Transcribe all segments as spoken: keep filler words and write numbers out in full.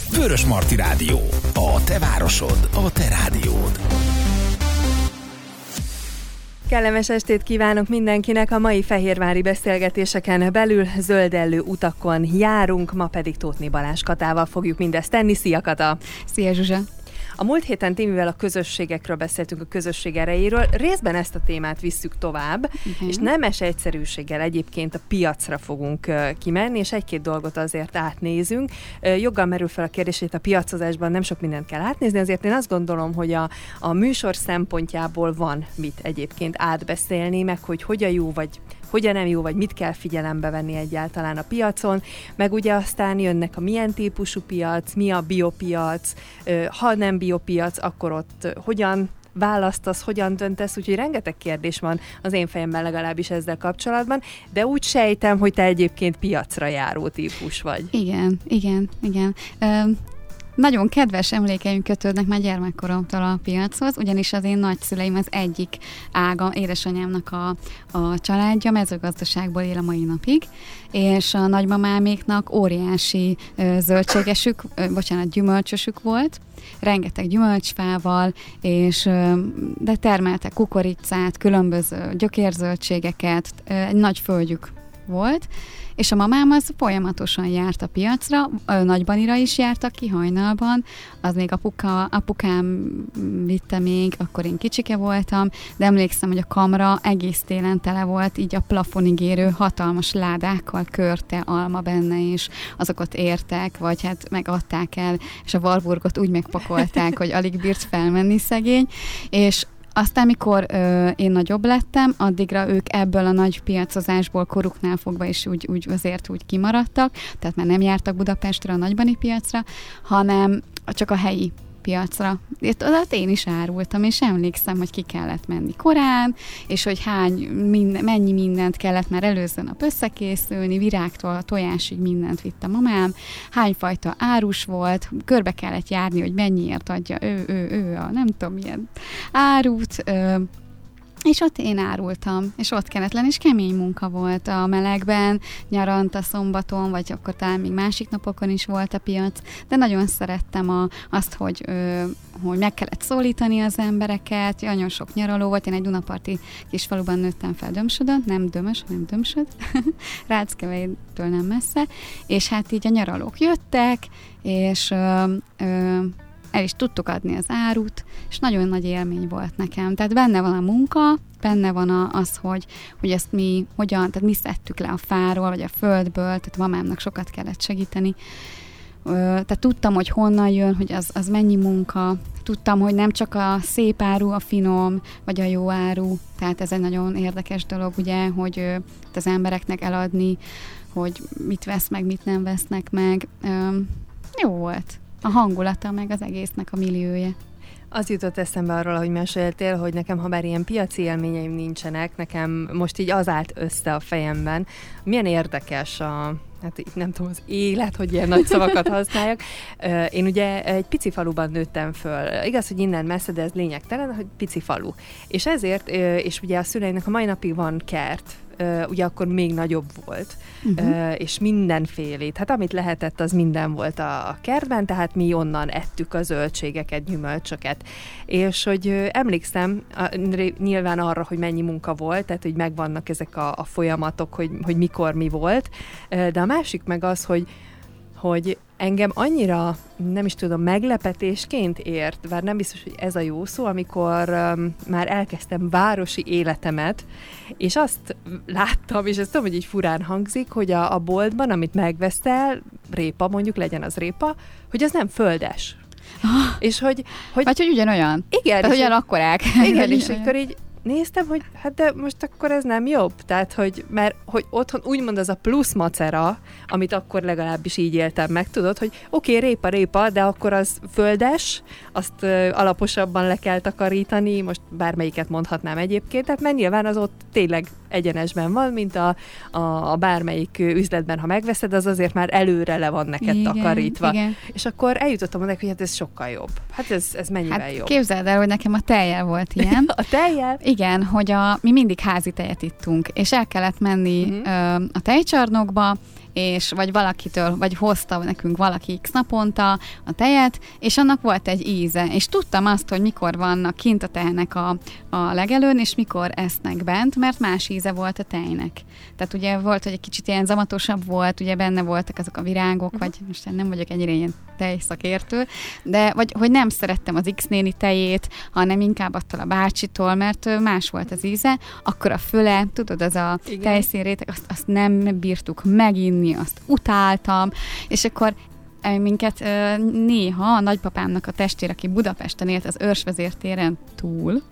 Vörösmarty Rádió. A te városod, a te rádiód. Kellemes estét kívánok mindenkinek! A mai fehérvári beszélgetéseken belül zöldellő utakon járunk, ma pedig Tótné Balázs Katával fogjuk mindezt tenni. Szia, Kata! Szia, Zsuzsa! A múlt héten Timivel a közösségekről beszéltünk, a közösség erejéről. Részben ezt a témát visszük tovább, uh-huh. és nemes egyszerűséggel egyébként a piacra fogunk uh, kimenni, és egy-két dolgot azért átnézünk. Uh, joggal merül fel a kérdés, hogy a piacozásban nem sok mindent kell átnézni, azért én azt gondolom, hogy a, a műsor szempontjából van mit egyébként átbeszélni, meg hogy hogyan jó, vagy hogyan nem jó, vagy mit kell figyelembe venni egyáltalán a piacon, meg ugye aztán jönnek a milyen típusú piac, mi a biopiac, ha nem biopiac, akkor ott hogyan választasz, hogyan döntesz, úgyhogy rengeteg kérdés van az én fejemben legalábbis ezzel kapcsolatban, de úgy sejtem, hogy te egyébként piacra járó típus vagy. Igen, igen, igen. Um... Nagyon kedves emlékeim kötődnek már gyermekkoromtól a piachoz, ugyanis az én nagyszüleim az egyik ága, édesanyámnak a, a családja mezőgazdaságból él a mai napig, és a nagymamáméknak óriási ö, zöldségesük, ö, bocsánat, gyümölcsösük volt, rengeteg gyümölcsfával, és, ö, de termeltek kukoricát, különböző gyökérzöldségeket, ö, egy nagy földjük volt, és a mamám az folyamatosan járt a piacra, Nagybanira is jártak ki hajnalban, az még apuka, apukám vitte még, akkor én kicsike voltam, de emlékszem, hogy a kamra egész télen tele volt, így a plafonig érő hatalmas ládákkal körte alma benne, és azokat értek, vagy hát megadták el, és a Warburgot úgy megpakolták, hogy alig bírt felmenni szegény, és aztán, mikor ö, én nagyobb lettem, addigra ők ebből a nagy piacozásból koruknál fogva is úgy, úgy azért úgy kimaradtak, tehát már nem jártak Budapestre a nagybani piacra, hanem csak a helyi piacra. Itt oda én is árultam, és emlékszem, hogy ki kellett menni korán, és hogy hány, minden, mennyi mindent kellett már előző nap összekészülni, virágtól a tojásig mindent vitt a mamám, hányfajta árus volt, körbe kellett járni, hogy mennyiért adja ő, ő, ő a nem tudom milyen árut, ö, és ott én árultam, és ott kellett lenni, és kemény munka volt a melegben, nyaranta, szombaton, vagy akkor talán még másik napokon is volt a piac, de nagyon szerettem a, azt, hogy, ö, hogy meg kellett szólítani az embereket, nagyon sok nyaraló volt, én egy dunaparti kis faluban nőttem fel Dömsödön, nem Dömös, hanem Dömsöd, Ráckeveittől nem messze, és hát így a nyaralók jöttek, és ö, ö, el is tudtuk adni az árut, és nagyon nagy élmény volt nekem. Tehát benne van a munka, benne van a, az, hogy, hogy ezt mi hogyan, tehát mi szedtük le a fáról, vagy a földből, tehát mamámnak sokat kellett segíteni. Tehát tudtam, hogy honnan jön, hogy az, az mennyi munka. Tudtam, hogy nem csak a szép áru, a finom, vagy a jó áru. Tehát ez egy nagyon érdekes dolog, ugye, hogy az embereknek eladni, hogy mit vesz meg, mit nem vesznek meg. Jó volt. A hangulata, meg az egésznek a milliója. Az jutott eszembe arról, ahogy meséltél, hogy nekem, ha bár ilyen piaci élményeim nincsenek, nekem most így az állt össze a fejemben, milyen érdekes a, hát nem tudom, az élet, hogy ilyen nagy szavakat használjak. Én ugye egy pici faluban nőttem föl. Igaz, hogy innen messze, de ez lényegtelen, hogy pici falu. És ezért, és ugye a szüleimnek a mai napig van kert, ugye akkor még nagyobb volt, uh-huh. és mindenfélét. Hát amit lehetett, az minden volt a, a kertben, tehát mi onnan ettük a zöldségeket, gyümölcsöket. És hogy emlékszem a, nyilván arra, hogy mennyi munka volt, tehát hogy megvannak ezek a, a folyamatok, hogy, hogy mikor mi volt, de a másik meg az, hogy hogy engem annyira, nem is tudom, meglepetésként ért, bár nem biztos, hogy ez a jó szó, amikor um, már elkezdtem városi életemet, és azt láttam, és ezt tudom, hogy így furán hangzik, hogy a, a boltban, amit megveszel, répa mondjuk, legyen az répa, hogy az nem földes. Ah, és hogy, hogy... Vagy hogy ugyanolyan. Igen. Tehát ugyanakkorák. Igen, és akkor így néztem, hogy hát de most akkor ez nem jobb. Tehát, hogy mert hogy otthon úgymond az a plusz macera, amit akkor legalábbis így éltem meg, tudod, hogy oké, okay, répa, répa, de akkor az földes, azt ö, alaposabban le kell takarítani, most bármelyiket mondhatnám egyébként, tehát mert nyilván az ott tényleg egyenesben van, mint a, a, a bármelyik üzletben, ha megveszed, az azért már előre le van neked igen, takarítva. Igen. És akkor eljutottam oda, hogy hát ez sokkal jobb. Hát ez, ez mennyivel hát jobb. Képzeld el, hogy nekem a tejjel volt ilyen. A tejjel? igen, hogy a, mi mindig házi tejet ittunk, és el kellett menni uh-huh. ö, a tejcsarnokba, és vagy valakitől, vagy hozta nekünk valaki x naponta a tejet, és annak volt egy íze, és tudtam azt, hogy mikor vannak kint a tejnek a, a legelőn, és mikor esznek bent, mert más íze volt a tejnek. Tehát ugye volt, hogy egy kicsit ilyen zamatosabb volt, ugye benne voltak azok a virágok, uh-huh. vagy most nem vagyok ennyire ilyen tejszakértő, de vagy hogy nem szerettem az X néni tejét, hanem inkább attól a bácsitól, mert más volt az íze, akkor a föle, tudod, az a tejszínréteg, azt, azt nem bírtuk meginni, azt utáltam, és akkor minket néha a nagypapámnak a testvére, aki Budapesten élt az Őrsvezértéren túl,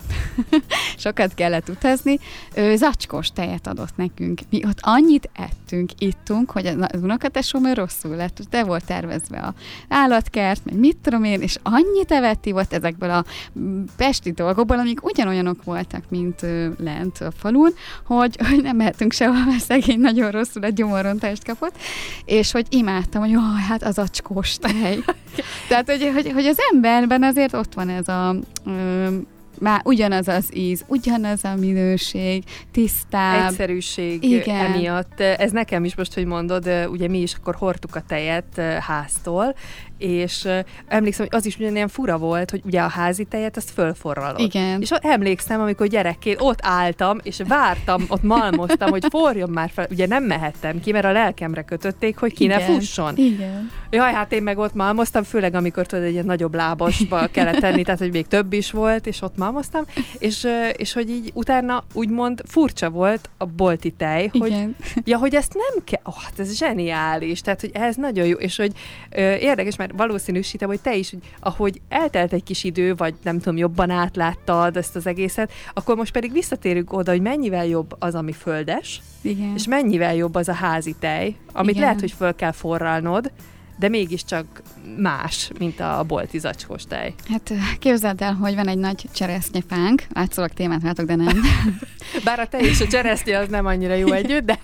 sokat kellett utazni, ő zacskós tejet adott nekünk. Mi ott annyit ettünk, ittunk, hogy az unokatesóm rosszul lett, de volt tervezve a állatkert, meg mit tudom én, és annyit evetti volt ezekből a pesti dolgokból, amik ugyanolyanok voltak, mint lent a falun, hogy, hogy nem mehetünk sehol, mert szegény nagyon rosszul a gyomorontást kapott, és hogy imádtam, hogy jaj, hát az zacskós tej. Tehát, hogy, hogy, hogy az emberben azért ott van ez a ö, már ugyanaz az íz, ugyanaz a minőség, tisztább. Egyszerűség igen. emiatt. Ez nekem is most, hogy mondod, ugye mi is akkor hordtuk a tejet háztól, és emlékszem, hogy az is ugyanilyen fura volt, hogy ugye a házi tejet azt fölforralod. Igen. És emlékszem, amikor gyerekként ott álltam, és vártam, ott malmoztam, hogy forjon már fel. Ugye nem mehettem ki, mert a lelkemre kötötték, hogy ki igen. ne fusson. Igen. Jaj, hát én meg ott malmoztam, főleg amikor tudod, egy ilyen nagyobb lábasba kellett tenni, tehát hogy még több is volt, és ott malmoztam, és, és hogy így utána úgymond furcsa volt a bolti tej, hogy, igen. ja, hogy ezt nem kell, oh, hát ez zseniális, tehát hogy ez nagyon jó, és hogy ö, érdekes, mert valószínűsítem, hogy te is, hogy ahogy eltelt egy kis idő, vagy nem tudom, jobban átláttad ezt az egészet, akkor most pedig visszatérünk oda, hogy mennyivel jobb az, ami földes, igen. és mennyivel jobb az a házi tej, amit igen. lehet, hogy föl kell forralnod, de mégiscsak más, mint a bolti zacskós tej. Hát képzeld el, hogy van egy nagy cseresznyefánk, látszólag témát látok, de nem. Bár a tej és a cseresznye az nem annyira jó együtt, de...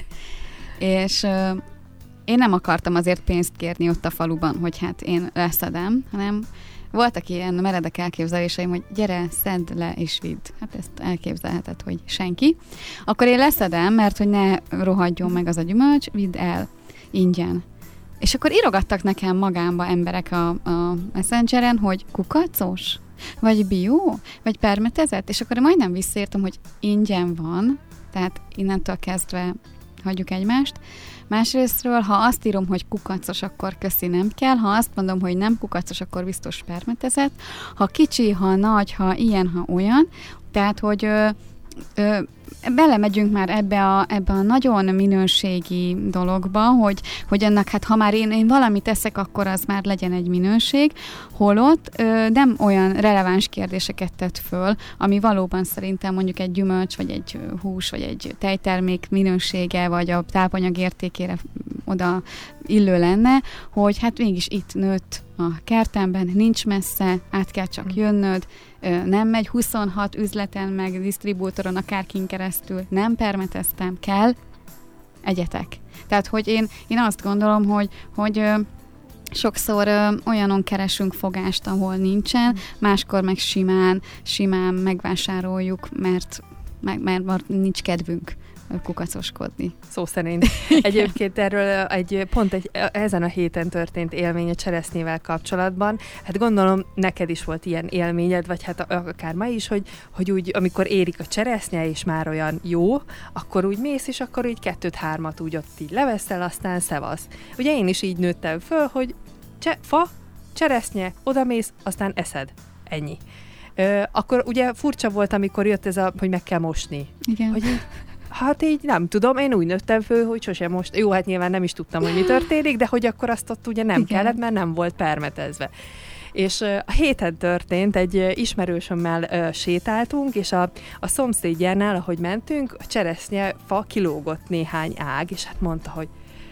És uh, én nem akartam azért pénzt kérni ott a faluban, hogy hát én leszedem, hanem voltak ilyen meredek elképzeléseim, hogy gyere, szedd le és vidd. Hát ezt elképzelheted, hogy senki. Akkor én leszedem, mert hogy ne rohadjon meg az a gyümölcs, vidd el ingyen. És akkor írogattak nekem magámba emberek a, a Messengeren, hogy kukacos, vagy bio, vagy permetezett, és akkor majdnem visszaértem, hogy ingyen van, tehát innentől kezdve hagyjuk egymást. Másrésztről, ha azt írom, hogy kukacos, akkor köszi, nem kell. Ha azt mondom, hogy nem kukacos, akkor biztos permetezett. Ha kicsi, ha nagy, ha ilyen, ha olyan. Tehát, hogy ö, ö, belemegyünk már ebbe a, ebbe a nagyon minőségi dologba, hogy, hogy annak, hát ha már én, én valamit teszek, akkor az már legyen egy minőség, holott ö, nem olyan releváns kérdéseket tett föl, ami valóban szerintem mondjuk egy gyümölcs, vagy egy hús, vagy egy tejtermék minősége, vagy a tápanyag értékére oda illő lenne, hogy hát mégis itt nőtt a kertemben, nincs messze, át kell csak jönnöd, nem megy huszonhat üzleten, meg disztribútoron, akárkin keresztül, nem permeteztem, kell, egyetek. Tehát, hogy én, én azt gondolom, hogy, hogy ö, sokszor ö, olyanon keresünk fogást, ahol nincsen, máskor meg simán, simán megvásároljuk, mert, meg, mert nincs kedvünk kukacoskodni. Szó szerint. Egyébként erről egy, pont egy, ezen a héten történt élmény a cseresznyével kapcsolatban. Hát gondolom, neked is volt ilyen élményed, vagy hát akár ma is, hogy, hogy úgy, amikor érik a cseresznye, és már olyan jó, akkor úgy mész, és akkor úgy kettőt-hármat úgy ott így leveszel, aztán szevasz. Ugye én is így nőttem föl, hogy cse, fa, cseresznye, odamész, aztán eszed. Ennyi. Ö, akkor ugye furcsa volt, amikor jött ez a, hogy meg kell mosni. Igen. Hogy hát így nem tudom, én úgy nőttem föl, hogy sosem most, jó, hát nyilván nem is tudtam, hogy mi történik, de hogy akkor azt ott ugye nem igen. kellett, mert nem volt permetezve. És uh, a héten történt, egy uh, ismerősömmel uh, sétáltunk, és a, a szomszédjánál, ahogy mentünk, a cseresznye fa kilógott néhány ág, és hát mondta, hogy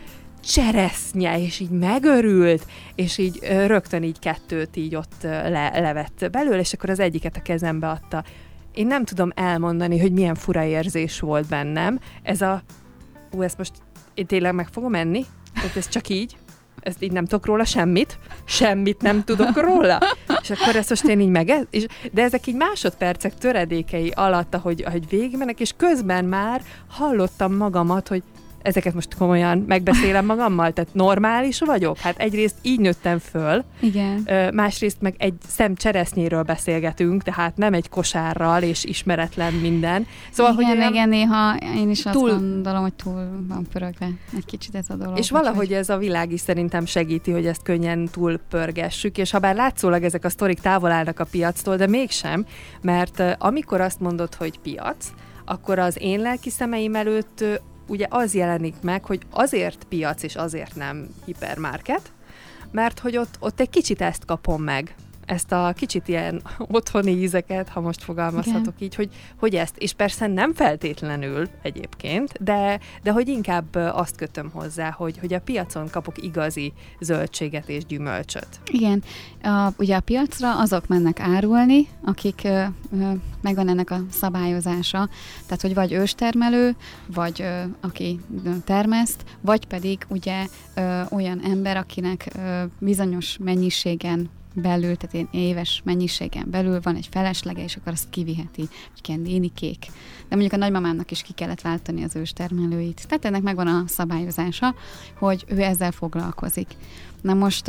cseresznye, és így megörült, és így uh, rögtön így kettőt így ott uh, le, levett belőle, és akkor az egyiket a kezembe adta. Én nem tudom elmondani, hogy milyen fura érzés volt bennem. Ez a... Ú, ezt most én tényleg meg fogom enni? Tehát ez csak így? ezt így nem tudok róla semmit, semmit nem tudok róla. És akkor ezt most én így meg, és, de ezek így másodpercek töredékei alatt, ahogy, ahogy végigmennek, és közben már hallottam magamat, hogy ezeket most komolyan megbeszélem magammal, tehát normális vagyok? Hát egyrészt így nőttem föl, igen. Másrészt meg egy szem cseresznyéről beszélgetünk, tehát nem egy kosárral és ismeretlen minden. Szóval, igen, hogy igen, néha én is túl... azt gondolom, hogy túl van pörögve egy kicsit ez a dolog. És valahogy hogy... ez a világ is szerintem segíti, hogy ezt könnyen túlpörgessük, és ha bár látszólag ezek a sztorik távol állnak a piactól, de mégsem, mert amikor azt mondod, hogy piac, akkor az én lelki szemeim előtt ugye az jelenik meg, hogy azért piac és azért nem hipermarket, mert hogy ott, ott egy kicsit ezt kapom meg, ezt a kicsit ilyen otthoni ízeket, ha most fogalmazhatok igen. így, hogy, hogy ezt, és persze nem feltétlenül egyébként, de, de hogy inkább azt kötöm hozzá, hogy, hogy a piacon kapok igazi zöldséget és gyümölcsöt. Igen, a, ugye a piacra azok mennek árulni, akik ö, ö, megvan ennek a szabályozása, tehát hogy vagy őstermelő, vagy ö, aki termeszt, vagy pedig ugye ö, olyan ember, akinek ö, bizonyos mennyiségen belül, tehát ilyen éves mennyiségen belül van egy feleslege, és akkor azt kiviheti, hogy ilyen nénikék. De mondjuk a nagymamámnak is ki kellett váltani az őstermelőit. Tehát ennek megvan a szabályozása, hogy ő ezzel foglalkozik. Na most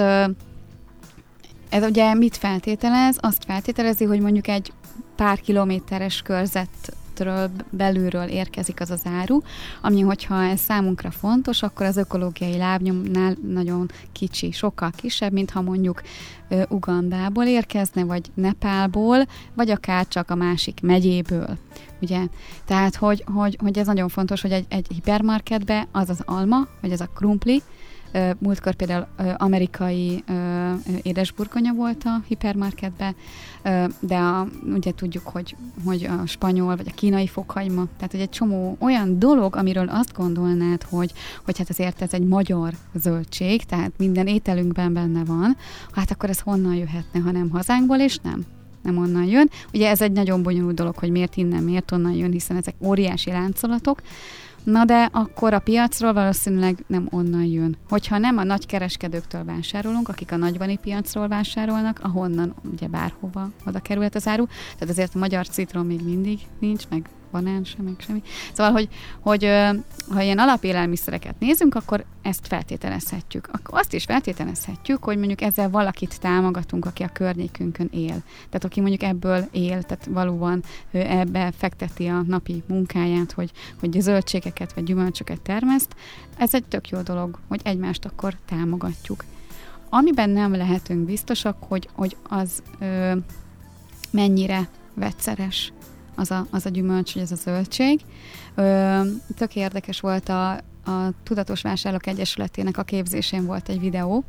ez ugye mit feltételez? Azt feltételezi, hogy mondjuk egy pár kilométeres körzetről belülről érkezik az az áru, ami, hogyha ez számunkra fontos, akkor az ökológiai lábnyomnál nagyon kicsi, sokkal kisebb, mint ha mondjuk uh, Ugandából érkezne, vagy Nepálból, vagy akár csak a másik megyéből. Ugye? Tehát, hogy, hogy, hogy ez nagyon fontos, hogy egy, egy hipermarketbe az az alma, vagy az a krumpli, Uh, múltkor például uh, amerikai uh, édesburgonya volt a hipermarketben, uh, de a, ugye tudjuk, hogy, hogy a spanyol vagy a kínai fokhagyma, tehát hogy egy csomó olyan dolog, amiről azt gondolnád, hogy, hogy hát azért ez egy magyar zöldség, tehát minden ételünkben benne van, hát akkor ez honnan jöhetne, ha nem hazánkból, és nem. nem onnan jön. Ugye ez egy nagyon bonyolult dolog, hogy miért innen, miért onnan jön, hiszen ezek óriási láncolatok. Na de akkor a piacról valószínűleg nem onnan jön. Hogyha nem a nagy kereskedőktől vásárolunk, akik a nagybani piacról vásárolnak, ahonnan ugye bárhova oda került az áru, tehát azért a magyar citrom még mindig nincs, meg banán sem, meg semmi. Szóval, hogy, hogy ha ilyen alapélelmiszereket nézünk, akkor ezt feltételezhetjük. Akkor azt is feltételezhetjük, hogy mondjuk ezzel valakit támogatunk, aki a környékünkön él. Tehát aki mondjuk ebből él, tehát valóban ebbe fekteti a napi munkáját, hogy, hogy zöldségeket vagy gyümölcsöket termeszt. Ez egy tök jó dolog, hogy egymást akkor támogatjuk. Amiben nem lehetünk biztosak, hogy, hogy az ö, mennyire vegyszeres az a, az a gyümölcs, vagy az a zöldség. Ö, tök érdekes volt a, a Tudatos Vásárlók Egyesületének a képzésén volt egy videó,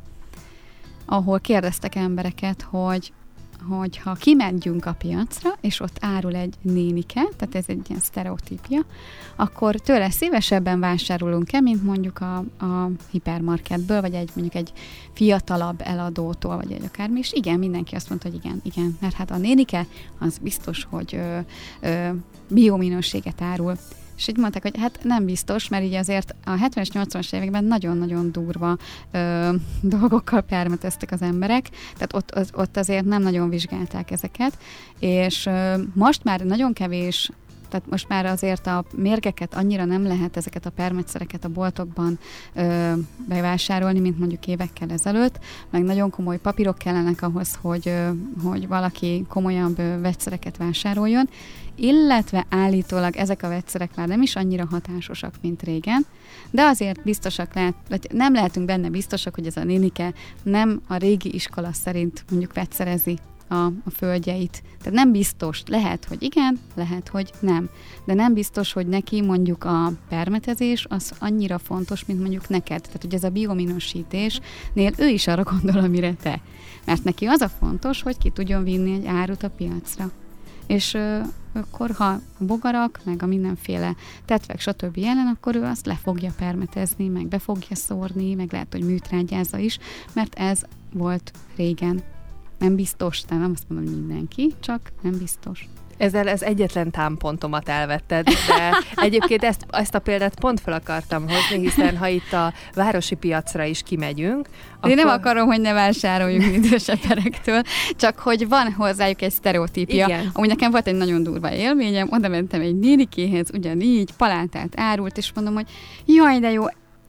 ahol kérdeztek embereket, hogy hogy ha kimegyünk a piacra, és ott árul egy nénike, tehát ez egy ilyen sztereotípia, akkor tőle szívesebben vásárolunk-e, mint mondjuk a, a hipermarketből, vagy egy mondjuk egy fiatalabb eladótól, vagy egy akármi, és igen, mindenki azt mondta, hogy igen, igen, mert hát a nénike az biztos, hogy ö, ö, biominőséget árul. És így mondták, hogy hát nem biztos, mert így azért a hetvenes, nyolcvanas években nagyon-nagyon durva ö, dolgokkal permeteztek az emberek, tehát ott, ott, ott azért nem nagyon vizsgálták ezeket, és ö, most már nagyon kevés, tehát most már azért a mérgeket annyira nem lehet ezeket a permetszereket a boltokban ö, bevásárolni, mint mondjuk évekkel ezelőtt, meg nagyon komoly papírok kellenek ahhoz, hogy, ö, hogy valaki komolyabb ö, vegyszereket vásároljon, illetve állítólag ezek a vegyszerek már nem is annyira hatásosak, mint régen, de azért biztosak lehet, vagy nem lehetünk benne biztosak, hogy ez a nénike nem a régi iskola szerint mondjuk vegyszerezi a, a földjeit. Tehát nem biztos, lehet, hogy igen, lehet, hogy nem. De nem biztos, hogy neki mondjuk a permetezés az annyira fontos, mint mondjuk neked. Tehát, hogy ez a biominősítésnél ő is arra gondol, amire te. Mert neki az a fontos, hogy ki tudjon vinni egy árut a piacra. És ö, akkor, ha a bogarak, meg a mindenféle tetvek, stb. Jelen, akkor ő azt le fogja permetezni, meg be fogja szórni, meg lehet, hogy műtrágyázza is, mert ez volt régen. Nem biztos, nem azt mondom, hogy mindenki, csak nem biztos. Ezzel ez egyetlen támpontomat elvetted, de egyébként ezt, ezt a példát pont fel akartam hozni, hiszen ha itt a városi piacra is kimegyünk, akkor... Én nem akarom, hogy ne vásároljunk idősebb emberektől, csak hogy van hozzájuk egy sztereotípia. Igen. Amúgy nekem volt egy nagyon durva élményem, oda mentem egy nénikéhez, ugyanígy palátát árult, és mondom, hogy jaj, de jó,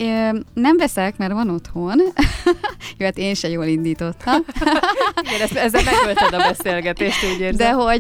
nem veszek, mert van otthon. Jó, hát én se jól indítottam. Igen, ezzel megölted a beszélgetést, úgy érzem. De hogy,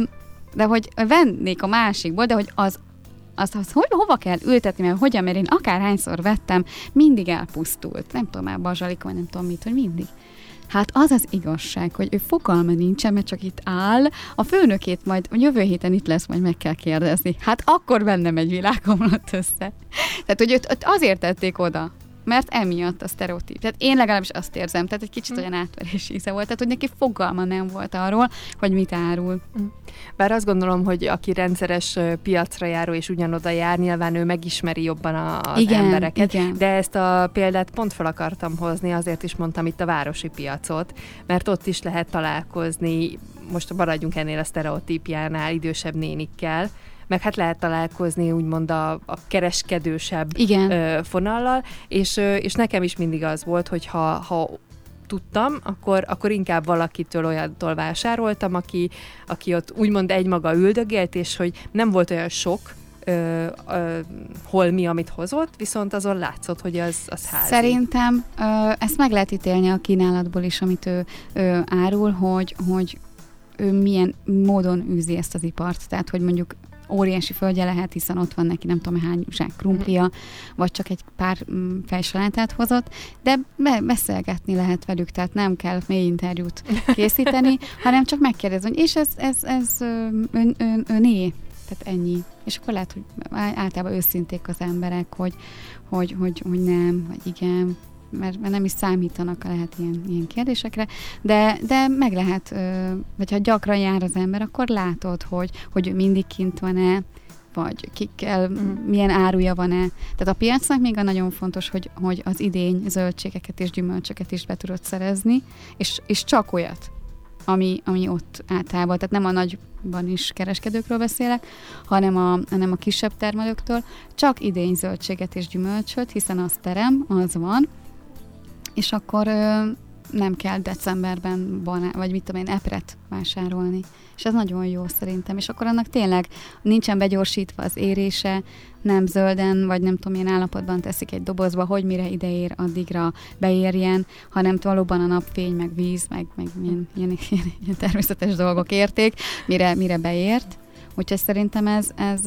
de hogy vennék a másikból, de hogy az, az, az hogy, hova kell ültetni, mert hogyan, mert én akárhányszor vettem, mindig elpusztult. Nem tudom, már bazsalik, vagy nem tudom mit, hogy mindig. Hát az az igazság, hogy ő fogalma nincsen, mert csak itt áll, a főnökét majd a jövő héten itt lesz, majd meg kell kérdezni. Hát akkor bennem egy világ omlott össze. Tehát, hogy őt, őt azért tették oda, mert emiatt a sztereotíp. Tehát én legalábbis azt érzem, tehát egy kicsit olyan átverés íze volt, tehát hogy neki fogalma nem volt arról, hogy mit árul. Bár azt gondolom, hogy aki rendszeres piacra járó és ugyanoda jár, nyilván ő megismeri jobban az igen, embereket, igen. De ezt a példát pont fel akartam hozni, azért is mondtam itt a városi piacot, mert ott is lehet találkozni, most maradjunk ennél a sztereotípiánál, idősebb nénikkel, meg hát lehet találkozni úgymond a, a kereskedősebb ö, fonallal, és, ö, és nekem is mindig az volt, hogy ha, ha tudtam, akkor, akkor inkább valakitől olyantól vásároltam, aki, aki ott úgymond egymaga üldögélt, és hogy nem volt olyan sok ö, ö, holmi, amit hozott, viszont azon látszott, hogy az, az házi. Szerintem ö, ezt meg lehet ítélni a kínálatból is, amit ő, ő árul, hogy, hogy ő milyen módon űzi ezt az ipart. Tehát, hogy mondjuk óriási földje lehet, hiszen ott van neki nem tudom hány zsák krumplia, mm. vagy csak egy pár mm, fejsalátát hozott, de be- beszélgetni lehet velük, tehát nem kell mély interjút készíteni, hanem csak megkérdezni, hogy és ez, ez, ez ön, ön, öné, tehát ennyi. És akkor lehet, hogy általában őszinték az emberek, hogy, hogy, hogy, hogy nem, vagy igen, mert, mert nem is számítanak lehet ilyen, ilyen kérdésekre, de, de meg lehet, vagy ha gyakran jár az ember, akkor látod, hogy, hogy ő mindig kint van-e, vagy kikkel, mm. milyen áruja van-e. Tehát a piacnak még a nagyon fontos, hogy, hogy az idény zöldségeket és gyümölcsöket is be tudod szerezni, és, és csak olyat, ami, ami ott általában, tehát nem a nagyban is kereskedőkről beszélek, hanem a, hanem a kisebb termelőktől, csak idény zöldséget és gyümölcsöt, hiszen az terem, az van, és akkor ö, nem kell decemberben banán, vagy mit tudom én, epret vásárolni. És ez nagyon jó szerintem. És akkor annak tényleg nincsen begyorsítva az érése, nem zölden, vagy nem tudom, milyen állapotban teszik egy dobozba, hogy mire ideér, addigra beérjen, hanem valóban a napfény, meg víz, meg, meg ilyen, ilyen, ilyen, ilyen természetes dolgok érték, mire, mire beért. Úgyhogy szerintem ez, ez,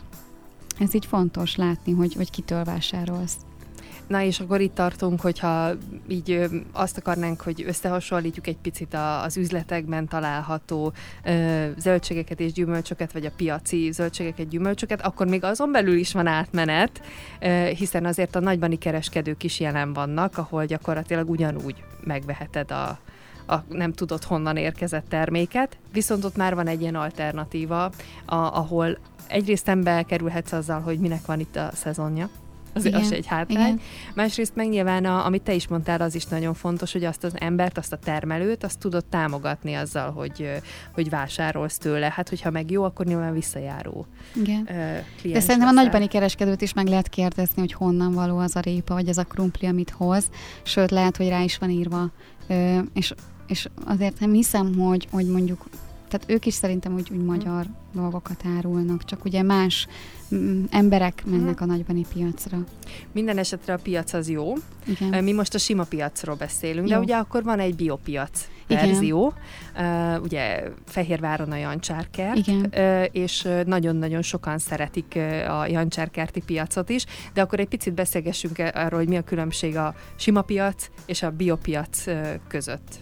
ez így fontos látni, hogy, hogy kitől vásárolsz. Na és akkor itt tartunk, hogyha így azt akarnánk, hogy összehasonlítjuk egy picit az üzletekben található ö, zöldségeket és gyümölcsöket, vagy a piaci zöldségeket, gyümölcsöket, akkor még azon belül is van átmenet, ö, hiszen azért a nagybani kereskedők is jelen vannak, ahol gyakorlatilag ugyanúgy megveheted a, a nem tudod honnan érkezett terméket, viszont ott már van egy ilyen alternatíva, a, ahol egyrészt szembe kerülhetsz azzal, hogy minek van itt a szezonja, az, az egy hátrány. Igen. Másrészt meg nyilván, a, amit te is mondtál, az is nagyon fontos, hogy azt az embert, azt a termelőt, azt tudod támogatni azzal, hogy, hogy vásárolsz tőle. Hát, hogyha meg jó, akkor nyilván visszajáró. Igen. De szerintem a nagybani kereskedőt is meg lehet kérdezni, hogy honnan való az a répa, vagy ez a krumpli, amit hoz. Sőt, lehet, hogy rá is van írva. És, és azért nem hiszem, hogy, hogy mondjuk tehát ők is szerintem úgy, úgy magyar mm. dolgokat árulnak, csak ugye más m- emberek mennek mm. a nagybani piacra. Minden esetre a piac az jó. Igen. Mi most a sima piacról beszélünk, jó. De ugye akkor van egy biopiac Igen. verzió. Uh, ugye Fehérváron a Jancsárkert, Igen. Uh, és nagyon-nagyon sokan szeretik a Jancsárkerti piacot is, de akkor egy picit beszélgessünk arról, hogy mi a különbség a sima piac és a biopiac között.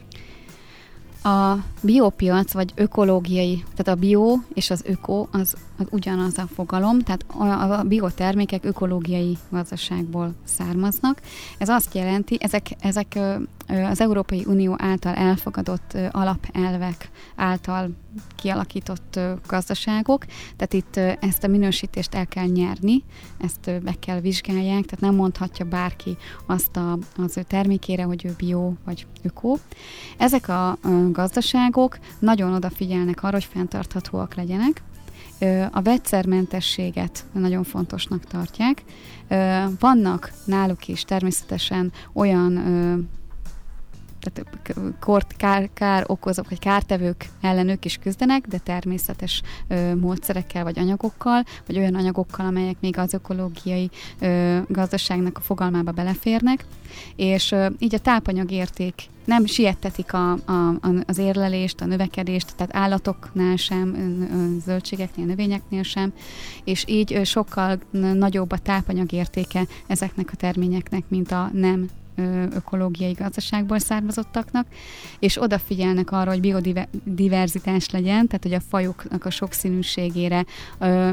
A biopiac, vagy ökológiai, tehát a bio és az öko, az, az ugyanaz a fogalom, tehát a, a biotermékek ökológiai gazdaságból származnak. Ez azt jelenti, ezek, ezek az Európai Unió által elfogadott alapelvek által kialakított gazdaságok, tehát itt ezt a minősítést el kell nyerni, ezt meg kell vizsgálják, tehát nem mondhatja bárki azt a, az ő termékére, hogy ő bio vagy öko. Ezek a gazdaságok nagyon odafigyelnek arra, hogy fenntarthatóak legyenek. A vegyszermentességet nagyon fontosnak tartják. Vannak náluk is természetesen olyan tehát kort, kár, kár okozók, vagy kártevők ellen ők is küzdenek, de természetes ö, módszerekkel, vagy anyagokkal, vagy olyan anyagokkal, amelyek még az ökológiai ö, gazdaságnak a fogalmába beleférnek, és ö, így a tápanyagérték nem siettetik a, a, az érlelést, a növekedést, tehát állatoknál sem, zöldségeknél, növényeknél sem, és így ö, sokkal nagyobb a tápanyagértéke ezeknek a terményeknek, mint a nem ökológiai gazdaságból származottaknak, és odafigyelnek arra, hogy biodiverzitás legyen, tehát hogy a fajoknak a sokszínűségére ö,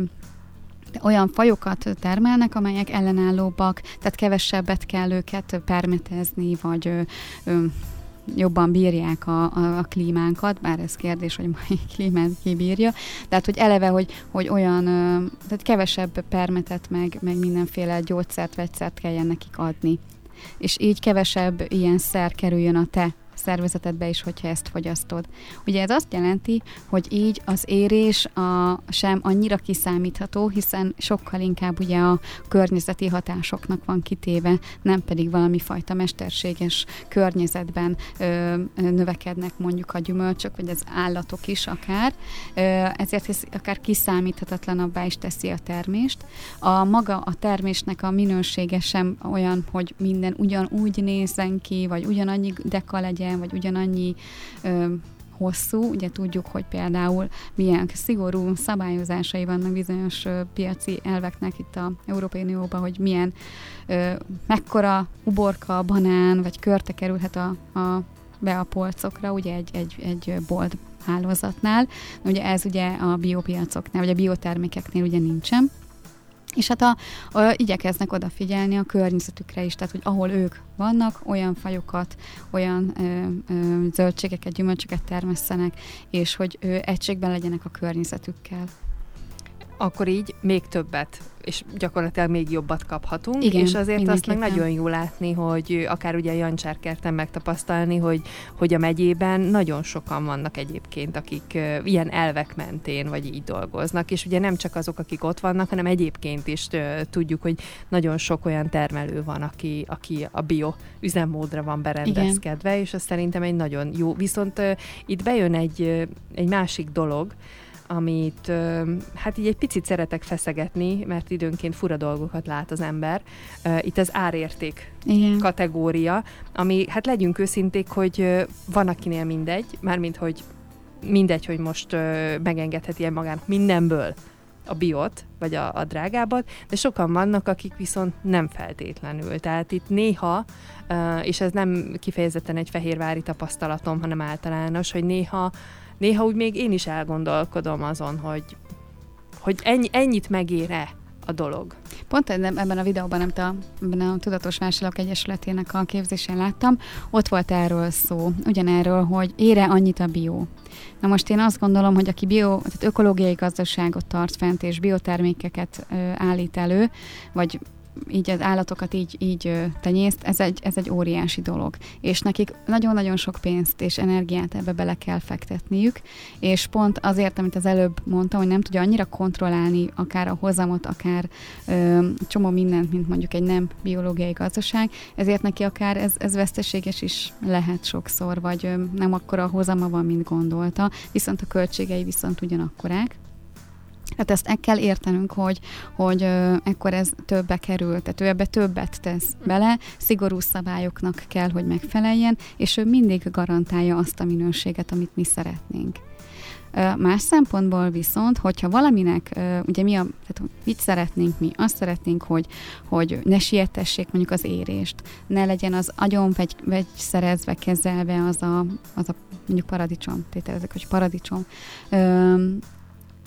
olyan fajokat termelnek, amelyek ellenállóbbak, tehát kevesebbet kell őket permetezni, vagy ö, ö, jobban bírják a, a, a klímánkat, bár ez kérdés, hogy mai klímát kibírja, tehát hogy eleve, hogy, hogy olyan, tehát kevesebb permetet, meg, meg mindenféle gyógyszert, vegyszert kelljen nekik adni. És így kevesebb ilyen szer kerüljön a te szervezetedbe is, hogyha ezt fogyasztod. Ugye ez azt jelenti, hogy így az érés a, sem annyira kiszámítható, hiszen sokkal inkább ugye a környezeti hatásoknak van kitéve, nem pedig valami fajta mesterséges környezetben ö, növekednek mondjuk a gyümölcsök, vagy az állatok is akár. Ö, ezért ez akár kiszámíthatatlanabbá is teszi a termést. A maga a termésnek a minősége sem olyan, hogy minden ugyanúgy nézzen ki, vagy ugyanannyi deka legyen, vagy ugyanannyi ö, hosszú. Ugye tudjuk, hogy például milyen szigorú szabályozásai vannak bizonyos ö, piaci elveknek itt az Európai Unióban, hogy milyen ö, mekkora uborka, banán, vagy körte kerülhet a, a, be a polcokra, ugye egy, egy, egy bolt hálózatnál. Ugye ez ugye a biopiacoknál, vagy a biotermékeknél ugye nincsen. És hát a, a, igyekeznek odafigyelni a környezetükre is, tehát hogy ahol ők vannak, olyan fajokat, olyan ö, ö, zöldségeket, gyümölcsöket termesszenek, és hogy ö, egységben legyenek a környezetükkel. Akkor így még többet, és gyakorlatilag még jobbat kaphatunk, igen, és azért azt meg nagyon jó látni, hogy akár ugye Jancsárkerten megtapasztalni, hogy, hogy a megyében nagyon sokan vannak egyébként, akik uh, ilyen elvek mentén vagy így dolgoznak, és ugye nem csak azok, akik ott vannak, hanem egyébként is uh, tudjuk, hogy nagyon sok olyan termelő van, aki, aki a bio üzemmódra van berendezkedve, igen. És az szerintem egy nagyon jó. Viszont uh, itt bejön egy, uh, egy másik dolog, amit hát így egy picit szeretek feszegetni, mert időnként fura dolgokat lát az ember. Itt az árérték igen. kategória, ami, hát legyünk őszinték, hogy van akinél mindegy, mármint, hogy mindegy, hogy most megengedheti magának mindenből a biot, vagy a, a drágábbat, de sokan vannak, akik viszont nem feltétlenül. Tehát itt néha, és ez nem kifejezetten egy fehérvári tapasztalatom, hanem általános, hogy néha Néha úgy még én is elgondolkodom azon, hogy, hogy ennyi, ennyit megér-e a dolog. Pont ebben a videóban, amit a, ebben a Tudatos Vásárlók Egyesületének a képzésén láttam, ott volt erről szó, ugyanerről, hogy ér-e annyit a bio. Na most én azt gondolom, hogy aki bio, tehát ökológiai gazdaságot tart fent, és biotermékeket ö, állít elő, vagy így az állatokat így, így tenyészt, ez egy, ez egy óriási dolog. És nekik nagyon-nagyon sok pénzt és energiát ebbe bele kell fektetniük, és pont azért, amit az előbb mondtam, hogy nem tudja annyira kontrollálni akár a hozamot, akár ö, csomó mindent, mint mondjuk egy nem biológiai gazdaság, ezért neki akár ez, ez veszteséges is lehet sokszor, vagy ö, nem akkora a hozama van, mint gondolta, viszont a költségei viszont ugyanakkorák. Hát ezt el kell értenünk, hogy, hogy ö, ekkor ez többe kerül, tehát ő ebbe többet tesz bele, szigorú szabályoknak kell, hogy megfeleljen, és ő mindig garantálja azt a minőséget, amit mi szeretnénk. Ö, más szempontból viszont, hogyha valaminek, ö, ugye mi a, tehát mit szeretnénk mi? Azt szeretnénk, hogy, hogy ne sietessék mondjuk az érést, ne legyen az agyon vegy, vegyszerezve, kezelve az a, az a mondjuk paradicsom, tételezzük, hogy paradicsom, ö,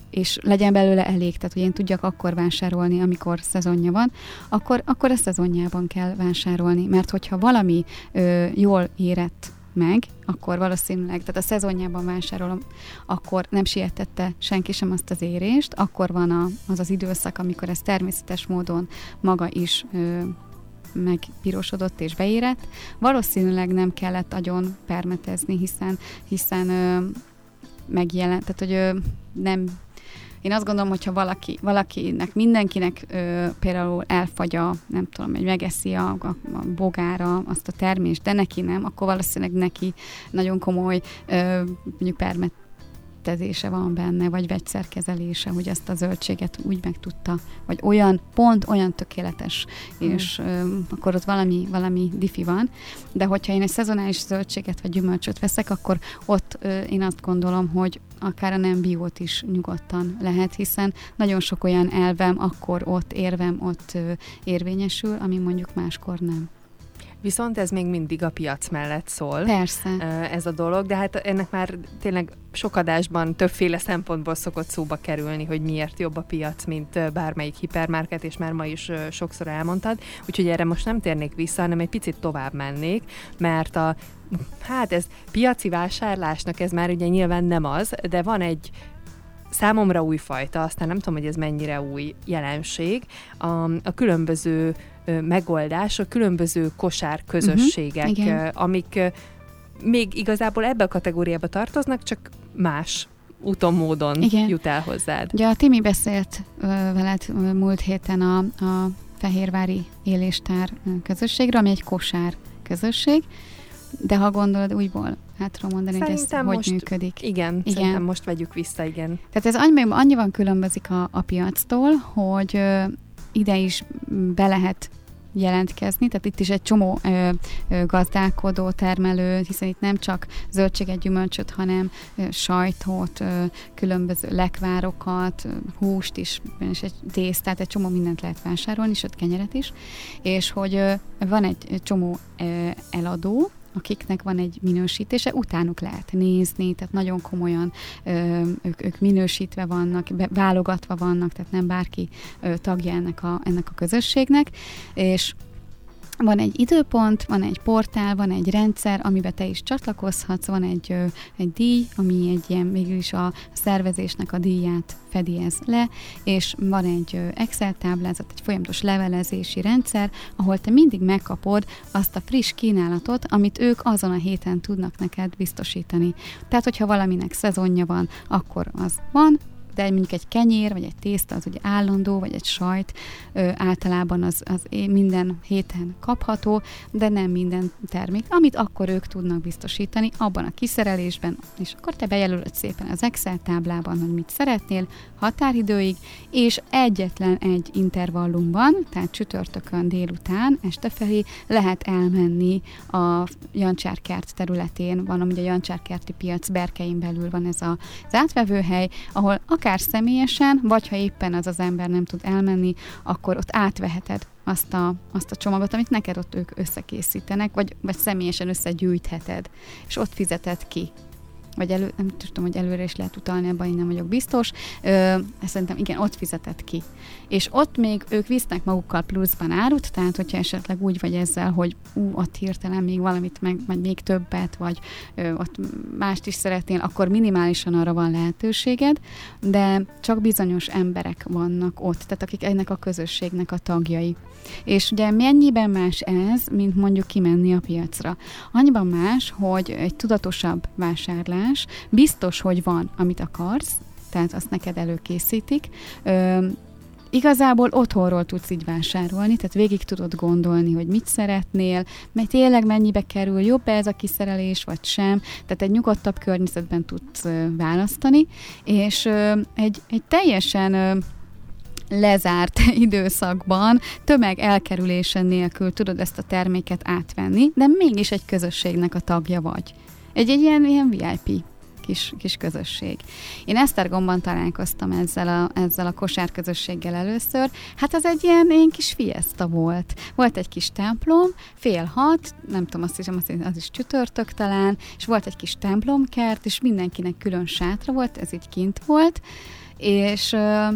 és legyen belőle elég, tehát hogy én tudjak akkor vásárolni, amikor szezonja van, akkor, akkor a szezonjában kell vásárolni, mert hogyha valami ö, jól érett meg, akkor valószínűleg, tehát a szezonjában vásárolom, akkor nem sietette senki sem azt az érést, akkor van a, az az időszak, amikor ez természetes módon maga is ö, megpirosodott és beérett. Valószínűleg nem kellett agyon permetezni, hiszen, hiszen ö, megjelent, tehát hogy ö, nem. Én azt gondolom, hogyha valaki, valakinek, mindenkinek ö, például elfagya, nem tudom, hogy megeszi a, a, a bogára azt a termést, de neki nem, akkor valószínűleg neki nagyon komoly ö, mondjuk permetezése van benne, vagy vegyszerkezelése, hogy ezt a zöldséget úgy meg tudta, vagy olyan, pont olyan tökéletes, hmm. és ö, akkor ott valami, valami diffi van. De hogyha én egy szezonális zöldséget vagy gyümölcsöt veszek, akkor ott ö, én azt gondolom, hogy akár a nem biót is nyugodtan lehet, hiszen nagyon sok olyan elvem, akkor ott érvem ott ö, érvényesül, ami mondjuk máskor nem. Viszont ez még mindig a piac mellett szól. Persze. Ez a dolog, de hát ennek már tényleg sok adásban többféle szempontból szokott szóba kerülni, hogy miért jobb a piac, mint bármelyik hipermarket, és már ma is sokszor elmondtad. Úgyhogy erre most nem térnék vissza, hanem egy picit tovább mennék, mert a hát ez piaci vásárlásnak ez már ugye nyilván nem az, de van egy számomra újfajta, aztán nem tudom, hogy ez mennyire új jelenség, a, a különböző ö, megoldások, különböző kosárközösségek, uh-huh, ö, amik ö, még igazából ebbe a kategóriába tartoznak, csak más úton, módon igen. jut el hozzád. Ugye a Timi beszélt ö, veled ö, múlt héten a, a Fehérvári Éléstár közösségről, ami egy kosár közösség, de ha gondolod újból, hát tudom mondani, szerintem hogy ez most, hogy működik. Igen, igen, szerintem most vegyük vissza, igen. Tehát ez annyiban, annyiban különbözik a, a piactól, hogy ö, ide is be lehet jelentkezni, tehát itt is egy csomó ö, ö, gazdálkodó, termelő, hiszen itt nem csak zöldséget, gyümölcsöt, hanem ö, sajtot, ö, különböző lekvárokat, ö, húst is, és egy tésztát, egy csomó mindent lehet vásárolni, sőt kenyeret is, és hogy ö, van egy csomó ö, eladó, akiknek van egy minősítése, utánuk lehet nézni, tehát nagyon komolyan ö, ők, ők minősítve vannak, be, válogatva vannak, tehát nem bárki ö, tagja ennek a, ennek a közösségnek, és van egy időpont, van egy portál, van egy rendszer, amiben te is csatlakozhatsz, van egy, ö, egy díj, ami egy ilyen, mégis a szervezésnek a díját fedi ez le, és van egy ö, Excel táblázat, egy folyamatos levelezési rendszer, ahol te mindig megkapod azt a friss kínálatot, amit ők azon a héten tudnak neked biztosítani. Tehát, hogyha valaminek szezonja van, akkor az van, de mondjuk egy kenyér, vagy egy tészta, az ugye állandó, vagy egy sajt, ö, általában az, az minden héten kapható, de nem minden termék, amit akkor ők tudnak biztosítani abban a kiszerelésben, és akkor te bejelölöd szépen az Excel táblában, hogy mit szeretnél, határidőig, és egyetlen egy intervallumban, tehát csütörtökön délután, este felé lehet elmenni a Jancsárkert területén, van ugye a Jancsárkerti piac berkein belül van ez a, az átvevőhely, ahol akár személyesen, vagy ha éppen az az ember nem tud elmenni, akkor ott átveheted azt a, azt a csomagot, amit neked ott ők összekészítenek, vagy, vagy személyesen összegyűjtheted, és ott fizeted ki. Vagy elő, nem tudom, hogy előre is lehet utalni, ebben én nem vagyok biztos. Ö, szerintem igen, ott fizetett ki. És ott még ők visznek magukkal pluszban árut, tehát hogyha esetleg úgy vagy ezzel, hogy ú, ott hirtelen még valamit, meg, vagy még többet, vagy ö, ott mást is szeretnél, akkor minimálisan arra van lehetőséged, de csak bizonyos emberek vannak ott, tehát akik ennek a közösségnek a tagjai. És ugye mennyiben más ez, mint mondjuk kimenni a piacra? Annyiban más, hogy egy tudatosabb vásárlás, biztos, hogy van, amit akarsz, tehát azt neked előkészítik. Ö, igazából otthonról tudsz így vásárolni, tehát végig tudod gondolni, hogy mit szeretnél, mert tényleg mennyibe kerül, jobb ez a kiszerelés, vagy sem, tehát egy nyugodtabb környezetben tudsz ö, választani, és ö, egy, egy teljesen ö, lezárt időszakban, tömeg elkerülése nélkül tudod ezt a terméket átvenni, de mégis egy közösségnek a tagja vagy. Egy, egy ilyen, ilyen vé i pé kis, kis közösség. Én Esztergomban találkoztam ezzel a, ezzel a kosárközösséggel először. Hát az egy ilyen, ilyen kis fiesta volt. Volt egy kis templom, fél hat, nem tudom, azt hiszem, az is csütörtök talán, és volt egy kis templomkert, és mindenkinek külön sátra volt, ez így kint volt, és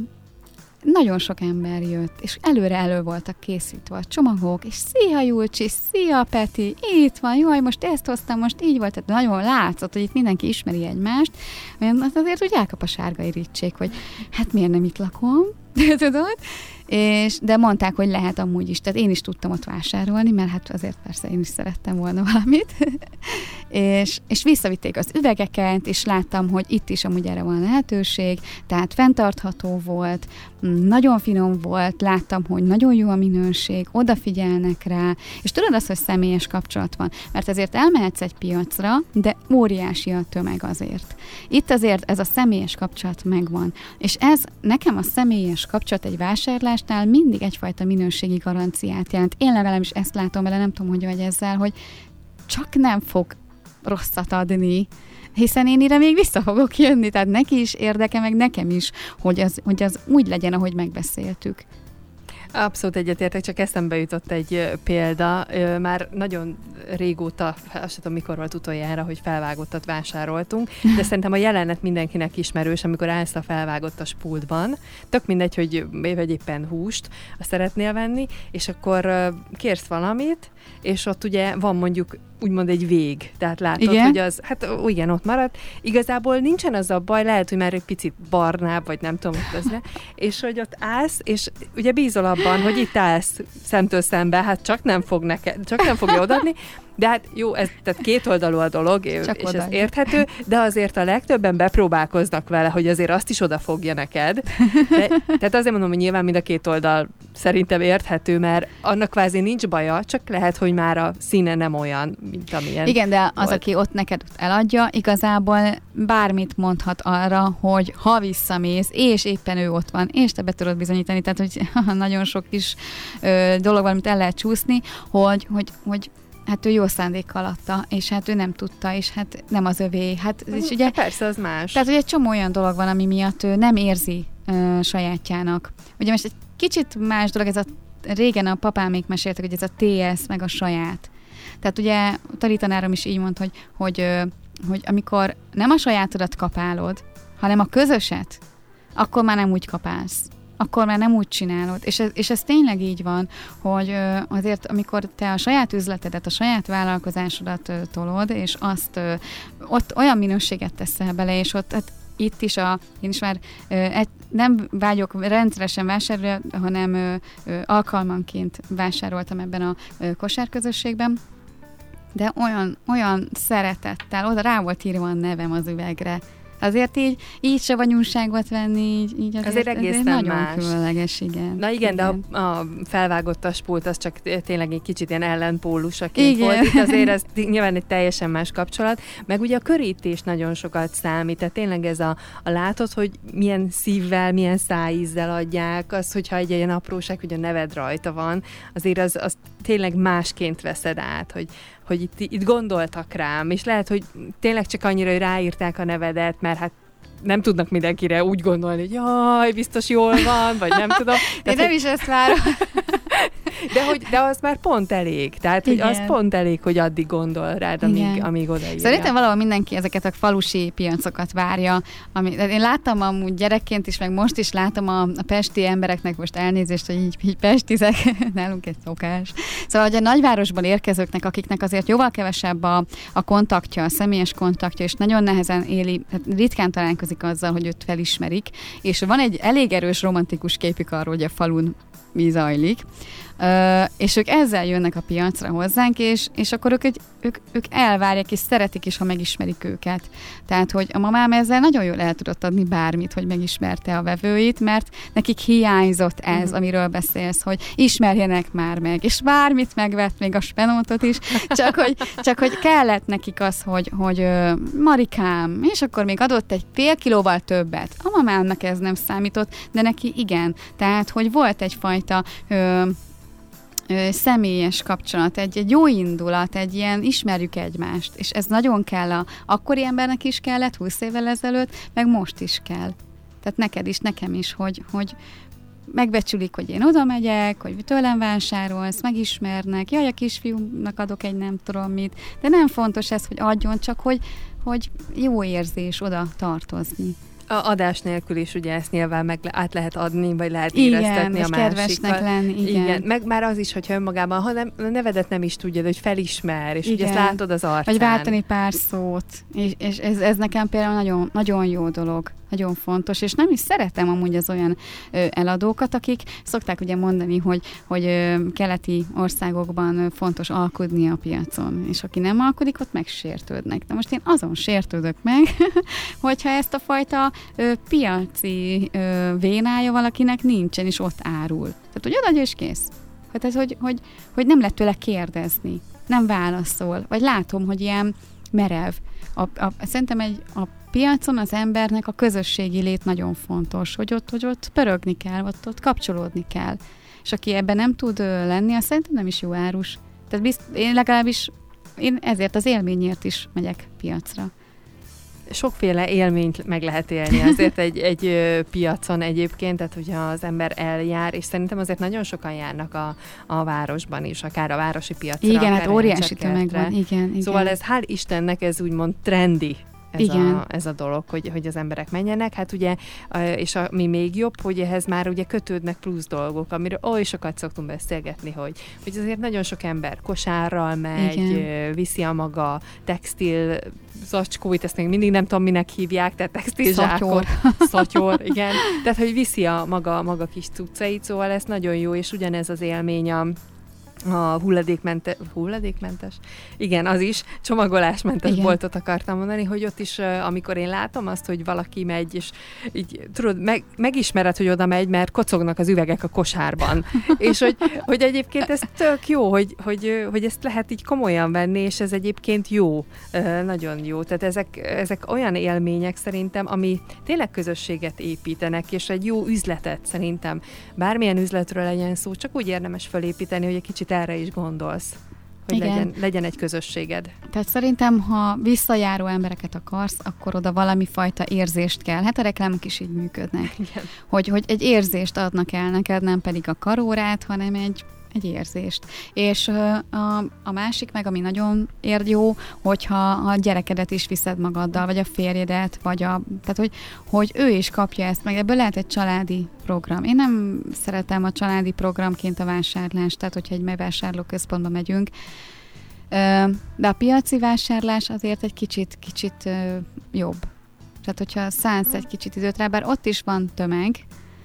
nagyon sok ember jött, és előre elő voltak készítve a csomagok, és szia Julcsi, szia Peti, itt van, jaj, most ezt hoztam, most így volt, tehát nagyon látszott, hogy itt mindenki ismeri egymást, mert azért úgy elkap a sárga irítség, hogy hát miért nem itt lakom, tudod? És, de mondták, hogy lehet amúgy is, tehát én is tudtam ott vásárolni, mert hát azért persze én is szerettem volna valamit. és, és visszavitték az üvegeket, és láttam, hogy itt is amúgy erre van lehetőség, tehát fenntartható volt, nagyon finom volt, láttam, hogy nagyon jó a minőség, odafigyelnek rá, és tudod azt, hogy személyes kapcsolat van, mert ezért elmehetsz egy piacra, de óriási a tömeg azért. Itt azért ez a személyes kapcsolat megvan, és ez nekem a személyes kapcsolat egy vásárlásnál mindig egyfajta minőségi garanciát jelent. Én levelem is ezt látom vele, nem tudom, hogy vagy ezzel, hogy csak nem fog rosszat adni, hiszen én ide még vissza fogok jönni, tehát neki is érdeke, meg nekem is, hogy az, hogy az úgy legyen, ahogy megbeszéltük. Abszolút egyetértek, csak eszembe jutott egy példa. Már nagyon régóta, azt tudom, mikor volt utoljára, hogy felvágottat vásároltunk, de szerintem a jelenet mindenkinek ismerős, amikor állsz a felvágottas pultban. Tök mindegy, hogy vagy éppen húst azt szeretnél venni, és akkor kérsz valamit, és ott ugye van mondjuk úgymond egy vég, tehát látod, igen? Hogy az, hát igen, ott maradt. Igazából nincsen az a baj, lehet, hogy már egy picit barnább, vagy nem tudom, közben, és hogy ott állsz, és ugye bízol abban, hogy itt állsz szemtől szembe, hát csak nem fog neked, csak nem fogja odaadni, de hát jó, ez tehát kétoldalú a dolog, és oda. Ez érthető, de azért a legtöbben bepróbálkoznak vele, hogy azért azt is odafogja neked. De, tehát azért mondom, hogy nyilván mind a két oldal szerintem érthető, mert annak kvázi nincs baja, csak lehet, hogy már a színe nem olyan, mint amilyen. Igen, de az, volt. Aki ott neked eladja, igazából bármit mondhat arra, hogy ha visszamész, és éppen ő ott van, és te be tudod bizonyítani, tehát hogy nagyon sok kis ö, dolog van, amit el lehet csúszni, hogy, hogy, hogy hát ő jó szándékkal adta, és hát ő nem tudta, és hát nem az övé. Hát, és ugye, persze, az más. Tehát ugye egy csomó olyan dolog van, ami miatt ő nem érzi ö, sajátjának. Ugye most egy kicsit más dolog, ez a régen a papámék meséltek, hogy ez a té es meg a saját. Tehát ugye Tali tanárom is így mond, hogy, hogy, ö, hogy amikor nem a sajátodat kapálod, hanem a közöset, akkor már nem úgy kapálsz. Akkor már nem úgy csinálod. És ez, és ez tényleg így van, hogy ö, azért, amikor te a saját üzletedet, a saját vállalkozásodat ö, tolod, és azt ö, ott olyan minőséget teszel bele, és ott hát itt is a, én is már ö, egy, nem vágyok rendszeresen vásárolni, hanem ö, ö, alkalmanként vásároltam ebben a ö, kosárközösségben, de olyan, olyan szeretettel, oda rá volt írva a nevem az üvegre. Azért így, így se vagyonságot venni, így, így azért, azért egészen azért nagyon más. különleges, igen. Na igen, igen. de a, a felvágottas pult az csak tényleg egy kicsit ilyen ellenpólusaként volt. Itt azért ez nyilván egy teljesen más kapcsolat. Meg ugye a körítés nagyon sokat számít. Tehát tényleg ez a, a látod, hogy milyen szívvel, milyen szájízzel adják. Az, hogyha egy ilyen apróság, hogy a neved rajta van, azért az, az tényleg másként veszed át, hogy hogy itt, itt gondoltak rám, és lehet, hogy tényleg csak annyira, hogy ráírták a nevedet, mert hát nem tudnak mindenkire úgy gondolni, hogy jaj, biztos jól van, vagy nem tudom. Tehát, Én nem hogy... is ezt várom. De, hogy, de az már pont elég. Tehát, hogy az pont elég, hogy addig gondol rád, amíg, amíg odaírja. Szerintem valahol mindenki ezeket a falusi piacokat várja. Ami, én láttam amúgy gyerekként is, meg most is látom a, a pesti embereknek, most elnézést, hogy így, így pestizek, nálunk egy szokás. Szóval, hogy a nagyvárosból érkezőknek, akiknek azért jóval kevesebb a, a kontaktja, a személyes kontaktja, és nagyon nehezen éli, ritkán találkozik azzal, hogy őt felismerik, és van egy elég erős romantikus képük arról, hogy a falun mi zajlik, Uh, és ők ezzel jönnek a piacra hozzánk, és, és akkor ők, egy, ők, ők elvárják, és szeretik is, ha megismerik őket. Tehát, hogy a mamám ezzel nagyon jól el tudott adni bármit, hogy megismerte a vevőit, mert nekik hiányzott ez, uh-huh. amiről beszélsz, hogy ismerjenek már meg, és bármit megvett, még a spenótot is, csak hogy, csak hogy kellett nekik az, hogy, hogy uh, Marikám, és akkor még adott egy fél kilóval többet. A mamámnak ez nem számított, de neki igen. Tehát, hogy volt egyfajta uh, személyes kapcsolat, egy, egy jó indulat, egy ilyen ismerjük egymást, és ez nagyon kell a akkori embernek is kellett, húsz évvel ezelőtt, meg most is kell. Tehát neked is, nekem is, hogy, hogy megbecsülik, hogy én oda megyek, hogy tőlem vásárolsz, megismernek, jaj, a kisfiúmnak adok egy nem tudom mit, de nem fontos ez, hogy adjon, csak hogy, hogy jó érzés oda tartozni. A adás nélkül is ugye ezt nyilván meg át lehet adni, vagy lehet éreztetni a másikkal. Kedvesnek lenni, igen. igen. Meg már az is, hogyha önmagában, ha nem, a nevedet nem is tudja, hogy felismer, és igen. ugye ezt látod az arcán. Vagy váltani pár szót, és, és ez, ez nekem például nagyon, nagyon jó dolog, nagyon fontos, és nem is szeretem amúgy az olyan ö, eladókat, akik szokták ugye mondani, hogy, hogy ö, keleti országokban ö, fontos alkudni a piacon, és aki nem alkudik, ott megsértődnek. De most én azon sértődök meg, hogyha ezt a fajta ö, piaci ö, vénája valakinek nincsen, és ott árul. Tehát, hogy odaadja, és kész. Hát ez, hogy, hogy, hogy nem lehet tőle kérdezni, nem válaszol, vagy látom, hogy ilyen merev. A, a, szerintem egy, a piacon az embernek a közösségi lét nagyon fontos, hogy ott, hogy ott pörögni kell, ott, ott kapcsolódni kell. És aki ebben nem tud ö, lenni, azt szerintem nem is jó árus. Tehát bizt, én legalábbis én ezért az élményért is megyek piacra. Sokféle élményt meg lehet élni azért egy, egy piacon egyébként, tehát hogyha az ember eljár, és szerintem azért nagyon sokan járnak a, a városban is, akár a városi piacra. Igen, hát óriási tömeg van, igen, igen. Szóval ez hál' Istennek ez úgymond trendi. Ez a, ez a dolog, hogy, hogy az emberek menjenek. Hát ugye, és ami még jobb, hogy ehhez már ugye kötődnek plusz dolgok, amiről oly sokat szoktunk beszélgetni, hogy, hogy azért nagyon sok ember kosárral megy, igen. viszi a maga textil zacskóit, ezt még mindig nem tudom, minek hívják, tehát textil zsákot. Szatyor, igen. Tehát, hogy viszi a maga, maga kis cuccait, szóval ez nagyon jó, és ugyanez az élmény a a hulladékmentes, hulladékmentes? Igen, az is, csomagolásmentes igen. boltot akartam mondani, hogy ott is, amikor én látom azt, hogy valaki megy, és így, tudod, meg, megismered, hogy oda megy, mert kocognak az üvegek a kosárban. és hogy, hogy egyébként ez tök jó, hogy, hogy, hogy ezt lehet így komolyan venni, és ez egyébként jó, nagyon jó. Tehát ezek, ezek olyan élmények szerintem, ami tényleg közösséget építenek, és egy jó üzletet szerintem. Bármilyen üzletről legyen szó, csak úgy érdemes felépíteni, hogy egy kicsit erre is gondolsz, hogy legyen, legyen egy közösséged. Tehát szerintem, ha visszajáró embereket akarsz, akkor oda valami fajta érzést kell. Hát a reklámok is így működnek. Hogy, hogy egy érzést adnak el neked, nem pedig a karórát, hanem egy, egy érzést. És a, a másik meg, ami nagyon ér jó, hogyha a gyerekedet is viszed magaddal, vagy a férjedet, vagy a, tehát hogy, hogy ő is kapja ezt, meg ebből lehet egy családi program. Én nem szeretem a családi programként a vásárlást, tehát hogyha egy bevásárlóközpontba megyünk, de a piaci vásárlás azért egy kicsit, kicsit jobb. Tehát hogyha szánsz egy kicsit időt rá, bár ott is van tömeg,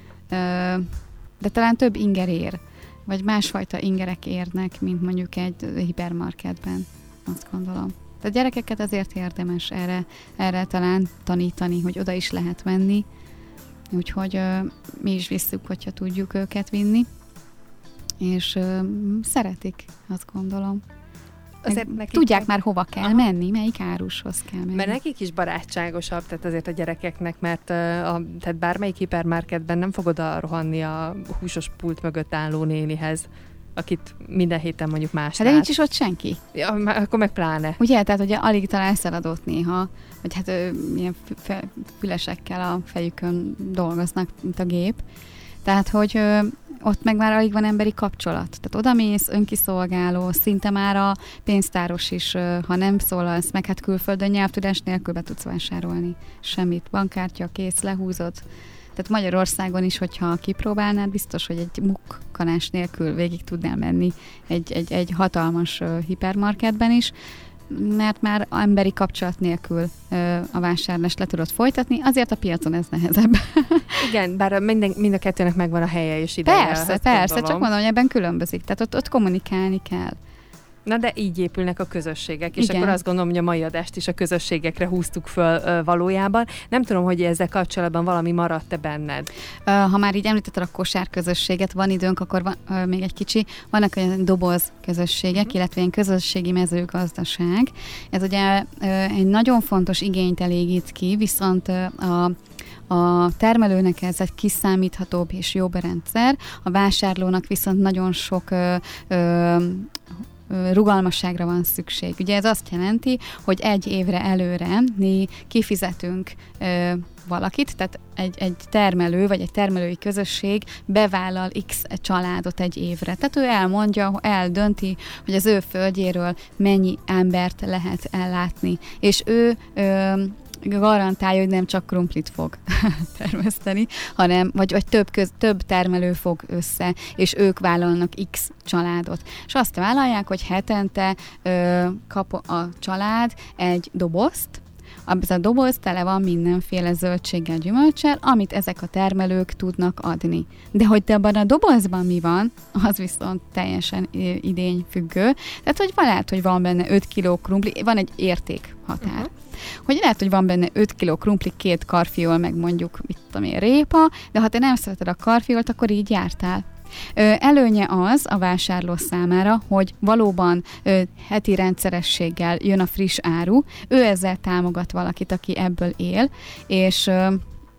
de talán több inger ér, vagy másfajta ingerek érnek, mint mondjuk egy hipermarketben, azt gondolom. Tehát gyerekeket azért érdemes erre, erre talán tanítani, hogy oda is lehet menni, úgyhogy ö, mi is visszük, hogyha tudjuk őket vinni, és ö, szeretik, azt gondolom. Tudják már, hova kell aha. menni, melyik árushoz kell menni. Mert nekik is barátságosabb, tehát azért a gyerekeknek, mert a, tehát bármelyik hipermarketben nem fogod oda rohanni a húsos pult mögött álló nénihez, akit minden héten mondjuk más hát de nincs is ott senki. Ja, akkor meg pláne. Ugye, tehát ugye alig találsz eladót néha, vagy hát ö, ilyen fülesekkel a fejükön dolgoznak, mint a gép. Tehát, hogy ö, ott meg már alig van emberi kapcsolat. Tehát odamész, önkiszolgáló, szinte már a pénztáros is, ö, ha nem szólalsz meg, hát külföldön nyelvtudás nélkül be tudsz vásárolni. Semmit. Bankkártya, kész, lehúzod. Tehát Magyarországon is, hogyha kipróbálnád, biztos, hogy egy mukkanás nélkül végig tudnál menni egy, egy, egy hatalmas uh, hipermarketben is, mert már emberi kapcsolat nélkül uh, a vásárlást le tudod folytatni, azért a piacon ez nehezebb. Igen, bár minden, mind a kettőnek megvan a helye és ideje. Persze, persze, csak mondom, hogy ebben különbözik, tehát ott, ott kommunikálni kell. Na de így épülnek a közösségek, és igen. akkor azt gondolom, hogy a mai adást is a közösségekre húztuk föl ö, valójában. Nem tudom, hogy ezzel kapcsolatban valami maradt-e benned? Ha már így említetted a kosárközösséget, van időnk, akkor van, ö, még egy kicsi, vannak olyan doboz közösségek, uh-huh. illetve ilyen közösségi mezőgazdaság. Ez ugye ö, egy nagyon fontos igényt elégít ki, viszont ö, a A termelőnek ez egy kiszámíthatóbb és jobb rendszer, a vásárlónak viszont nagyon sok ö, ö, rugalmasságra van szükség. Ugye ez azt jelenti, hogy egy évre előre mi kifizetünk ö, valakit, tehát egy, egy termelő, vagy egy termelői közösség bevállal X családot egy évre. Tehát ő elmondja, eldönti, hogy az ő földjéről mennyi embert lehet ellátni. És ő ö, garantálja, hogy nem csak krumplit fog termeszteni, hanem, vagy, vagy több, köz, több termelő fog össze, és ők vállalnak X családot. És azt vállalják, hogy hetente ö, kap a család egy dobozt, ez a doboz tele van mindenféle zöldséggel, gyümölccsel, amit ezek a termelők tudnak adni. De hogy abban a dobozban mi van, az viszont teljesen idényfüggő. Tehát, hogy van, lehet, hogy van benne öt kiló krumpli, van egy értékhatár. Uh-huh. Hogy lehet, hogy van benne öt kiló krumpli, két karfiol, meg mondjuk, mit tudom én, répa, de ha te nem szereted a karfiolt, akkor így jártál. Ö, előnye az a vásárló számára, hogy valóban ö, heti rendszerességgel jön a friss áru, ő ezzel támogat valakit, aki ebből él, és ö,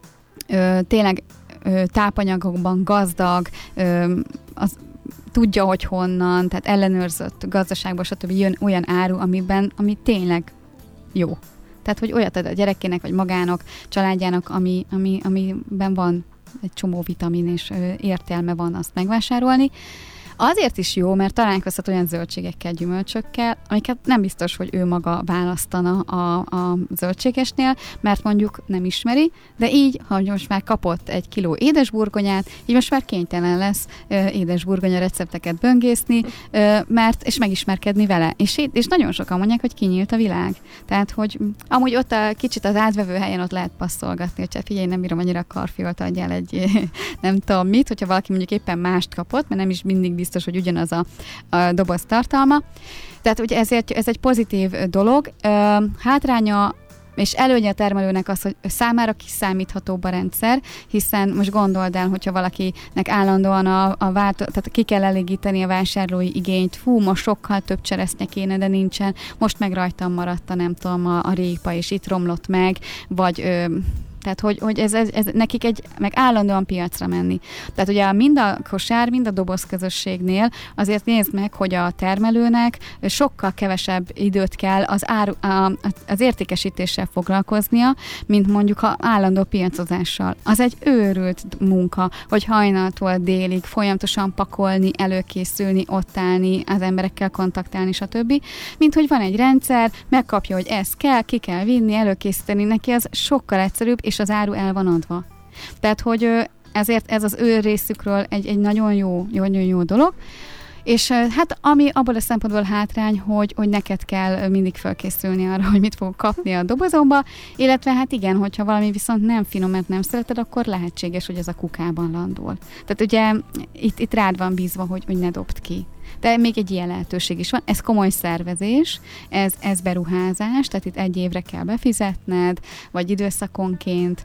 ö, tényleg ö, tápanyagokban gazdag, ö, az, tudja, hogy honnan, tehát ellenőrzött gazdaságban, stb. Jön olyan áru, amiben, ami tényleg jó. Tehát, hogy olyat ad a gyerekének, vagy magának, családjának, ami, ami, amiben van egy csomó vitamin és értelme van azt megvásárolni. Azért is jó, mert találkozhat olyan zöldségekkel, gyümölcsökkel, amiket nem biztos, hogy ő maga választana a, a zöldségesnél, mert mondjuk nem ismeri, de így, ha most már kapott egy kiló édesburgonyát, így most már kénytelen lesz édesburgonya recepteket böngészni, mert, és megismerkedni vele. És, és nagyon sokan mondják, hogy kinyílt a világ. Tehát, hogy amúgy ott a kicsit az átvevő helyen ott lehet passzolgatni, hogyha figyelj, nem bírom annyira karfiolt, adjál egy nem tudom mit, hogyha valaki mondjuk éppen mást kapott, mert nem is mindig biztos, hogy ugyanaz a, a doboz tartalma. Tehát ugye ezért ez egy pozitív dolog. Hátránya és előnye a termelőnek az, hogy számára kiszámíthatóbb a rendszer, hiszen most gondold el, hogyha valakinek állandóan a, a váltó, tehát ki kell elégíteni a vásárlói igényt, fú, most sokkal több cseresznye kéne, de nincsen, most meg rajtam maradt a nem tudom, a, a répa, és itt romlott meg, vagy ö, tehát, hogy, hogy ez, ez, ez nekik egy, meg állandóan piacra menni. Tehát ugye mind a kosár, mind a doboz közösségnél azért nézd meg, hogy a termelőnek sokkal kevesebb időt kell az, áru, a, az értékesítéssel foglalkoznia, mint mondjuk a állandó piacozással. Az egy őrült munka, hogy hajnaltól délig folyamatosan pakolni, előkészülni, ott állni, az emberekkel kontaktálni, stb. Mint hogy van egy rendszer, megkapja, hogy ez kell, ki kell vinni, előkészíteni, neki az sokkal egyszerűbb, és az áru el van adva. Tehát, hogy ezért ez az ő részükről egy, egy nagyon jó, nagyon jó dolog, és hát ami abból a szempontból hátrány, hogy, hogy neked kell mindig felkészülni arra, hogy mit fogok kapni a dobozomba, illetve hát igen, hogyha valami viszont nem finom, mert nem szereted, akkor lehetséges, hogy ez a kukában landol. Tehát ugye itt, itt rád van bízva, hogy, hogy ne dobd ki. De még egy ilyen lehetőség is van. Ez komoly szervezés, ez, ez beruházás, tehát itt egy évre kell befizetned, vagy időszakonként.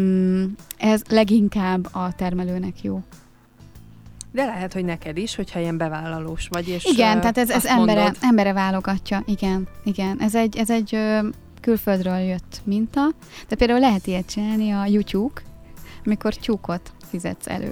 Ez leginkább a termelőnek jó. De lehet, hogy neked is, hogyha ilyen bevállalós vagy, és igen, tehát ez, ez embere, mondod... embere válogatja, igen, igen. Ez egy, ez egy ö, külföldről jött minta, de például lehet ilyet csinálni a YouTube, amikor tyúkot fizetsz elő,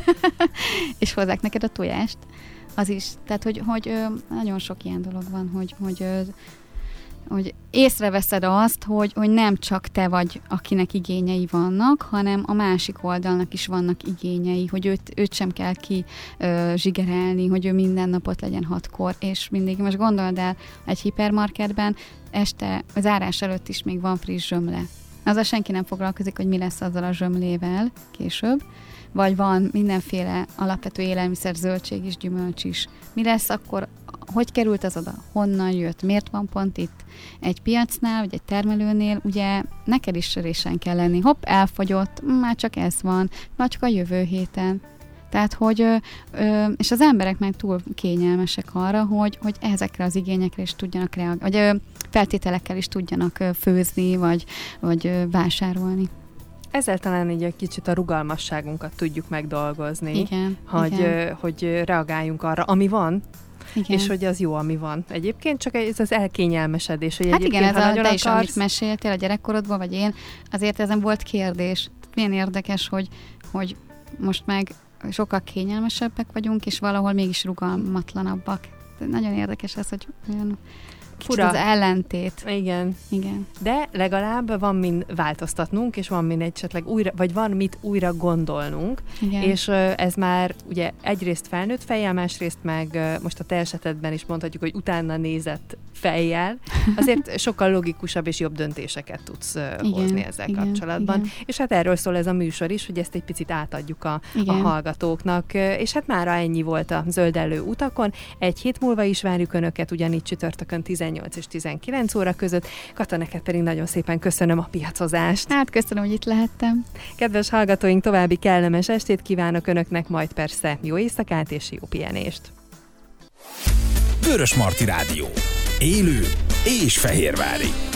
és hozzák neked a tojást. Az is, tehát hogy, hogy ö, nagyon sok ilyen dolog van, hogy, hogy, ö, hogy észreveszed azt, hogy, hogy nem csak te vagy, akinek igényei vannak, hanem a másik oldalnak is vannak igényei, hogy őt, őt sem kell ki ö, zsigerelni, hogy ő minden napot legyen hatkor, és mindig, most gondold el, egy hipermarketben este, az zárás előtt is még van friss zsömle. Azzal senki nem foglalkozik, hogy mi lesz azzal a zsömlével később, vagy van mindenféle alapvető élelmiszer, zöldség és gyümölcs is. Mi lesz akkor, hogy került az oda, honnan jött, miért van pont itt? Egy piacnál, vagy egy termelőnél, ugye neked is sörésen kell lenni. Hopp, elfogyott, már csak ez van, már csak a jövő héten. Tehát, hogy, ö, ö, és az emberek meg túl kényelmesek arra, hogy, hogy ezekre az igényekre is tudjanak reagálni, vagy ö, feltételekkel is tudjanak ö, főzni, vagy, vagy ö, vásárolni. Ezzel talán így egy kicsit a rugalmasságunkat tudjuk megdolgozni, igen, hogy, igen. hogy reagáljunk arra, ami van, igen. és hogy az jó, ami van. Egyébként csak ez az elkényelmesedés. Hogy hát igen, ez a, te akarsz... is, amit meséltél a gyerekkorodban, vagy én, azért ezen volt kérdés. Milyen érdekes, hogy, hogy most meg sokkal kényelmesebbek vagyunk, és valahol mégis rugalmatlanabbak. Nagyon érdekes ez, hogy olyan Fura. Az ellentét. Igen. Igen. De legalább van min változtatnunk, és van min esetleg újra, vagy van mit újra gondolnunk. Igen. És ez már ugye egyrészt felnőtt fejjel, másrészt meg most a te esetedben is mondhatjuk, hogy utána nézett fejjel, azért sokkal logikusabb és jobb döntéseket tudsz igen, hozni ezzel igen, kapcsolatban. Igen. És hát erről szól ez a műsor is, hogy ezt egy picit átadjuk a, a hallgatóknak. És hát mára ennyi volt a Zöldellő utakon. Egy hét múlva is várjuk Önöket, ugyanígy csütörtökön tizennyolc és tizenkilenc óra között. Kata, neked pedig nagyon szépen köszönöm a piacozást. Hát köszönöm, hogy itt lehettem. Kedves hallgatóink, további kellemes estét kívánok Önöknek, majd persze jó éjszakát és jó pihenést. Vörösmarty Rádió. Élő és fehérvári.